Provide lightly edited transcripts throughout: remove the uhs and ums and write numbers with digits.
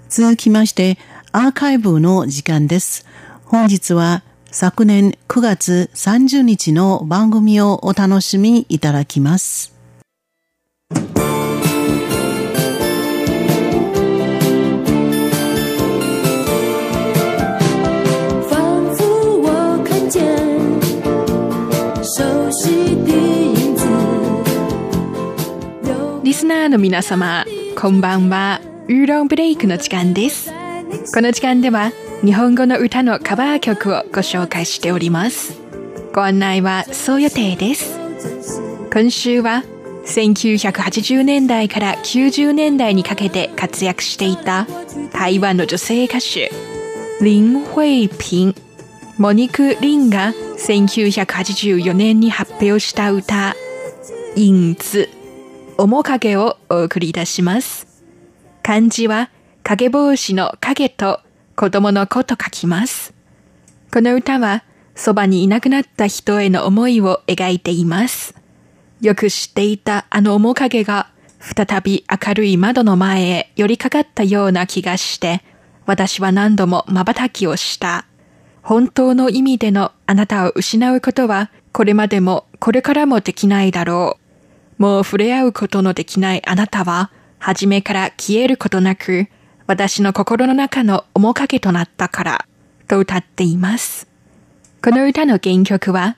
続きましてアーカイブの時間です。本日は昨年9月30日の番組をお楽しみいただきます。 リスナーの皆様、こんばんは。ウーロンブレイクの時間です。この時間では日本語の歌のカバー曲をご紹介しております。ご案内はそう予定です。今週は1980年代から90年代にかけて活躍していた台湾の女性歌手林慧萍、モニク・リンが1984年に発表した歌影子、面影をお送りいたします。漢字は影帽子の影と子供の子と書きます。この歌はそばにいなくなった人への思いを描いています。よく知っていたあの面影が再び明るい窓の前へ寄りかかったような気がして、私は何度も瞬きをした。本当の意味でのあなたを失うことはこれまでもこれからもできないだろう。もう触れ合うことのできないあなたは初めから消えることなく私の心の中の面影となったからと歌っています。この歌の原曲は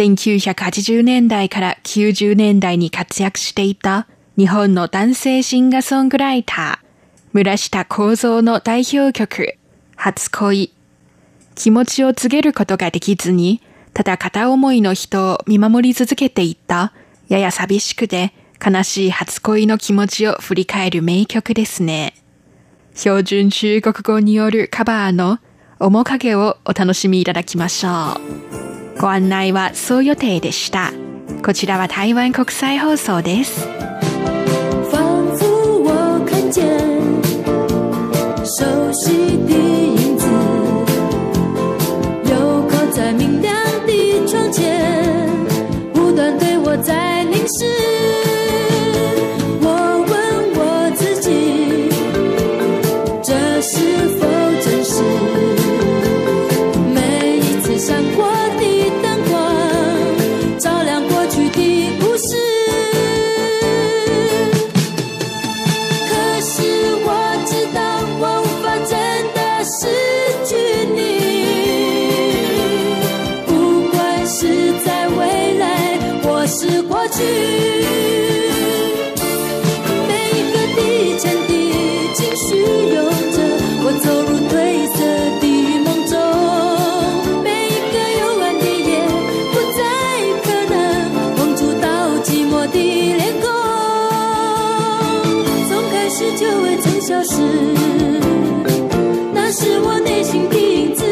1980年代から90年代に活躍していた日本の男性シンガーソングライター村下幸三の代表曲初恋。気持ちを告げることができずにただ片思いの人を見守り続けていったやや寂しくて悲しい初恋の気持ちを振り返る名曲ですね。標準中国語によるカバーの面影をお楽しみいただきましょう。ご案内はそう予定でした。こちらは台湾国際放送です。 仿佛我看見熟悉的影子又靠在明亮的窗前不斷對我在凝視，我問我自己，這是否真實？每一次閃過的燈光，照亮過去的故事。可是我知道，我無法真的失去你，不管是在未來或是過去，每一個低沉的情緒擁着我走入褪色的夢中，每一個幽暗的夜不再可能碰觸到寂寞的臉孔，從開始就未曾消失，那是我內心的影子。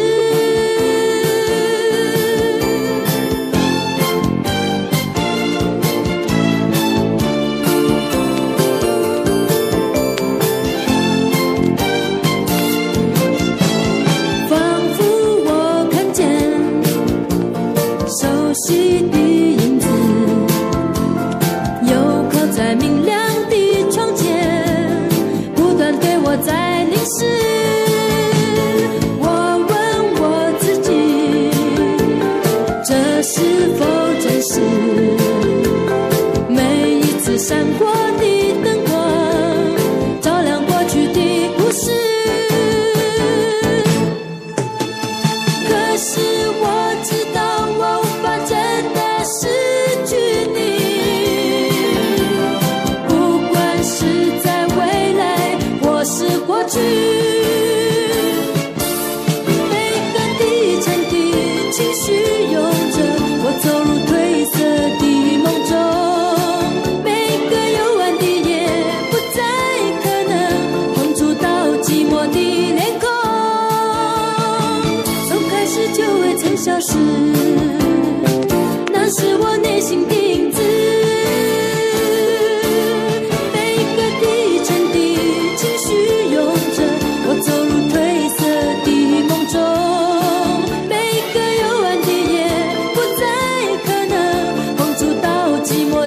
明亮的窗前不斷對我在凝視，